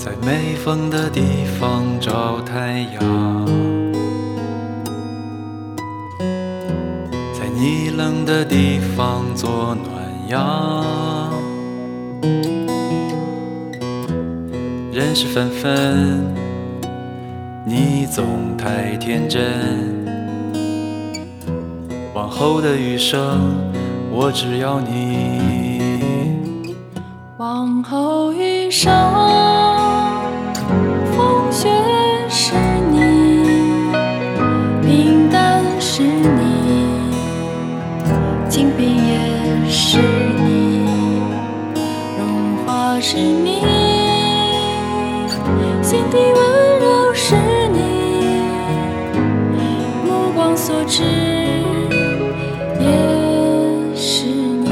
在没风的地方找太阳，在你冷的地方做暖阳。人事纷纷，你总太天真。往后的余生，我只要你。 往后余生，风雪是你，平淡是你，静病也是你，荣华是你，心底温柔是你，目光所至也是你。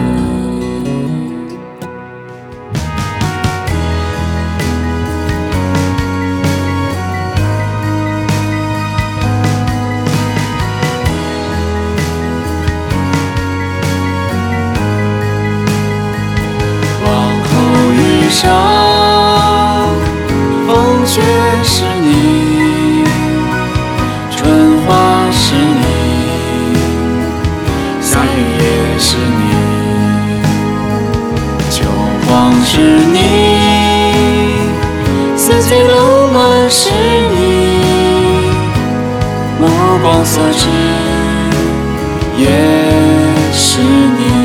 余生，风雪是你，春花是你，夏雨也是你，秋黄是你，四季冷暖是你，目光所至也是你。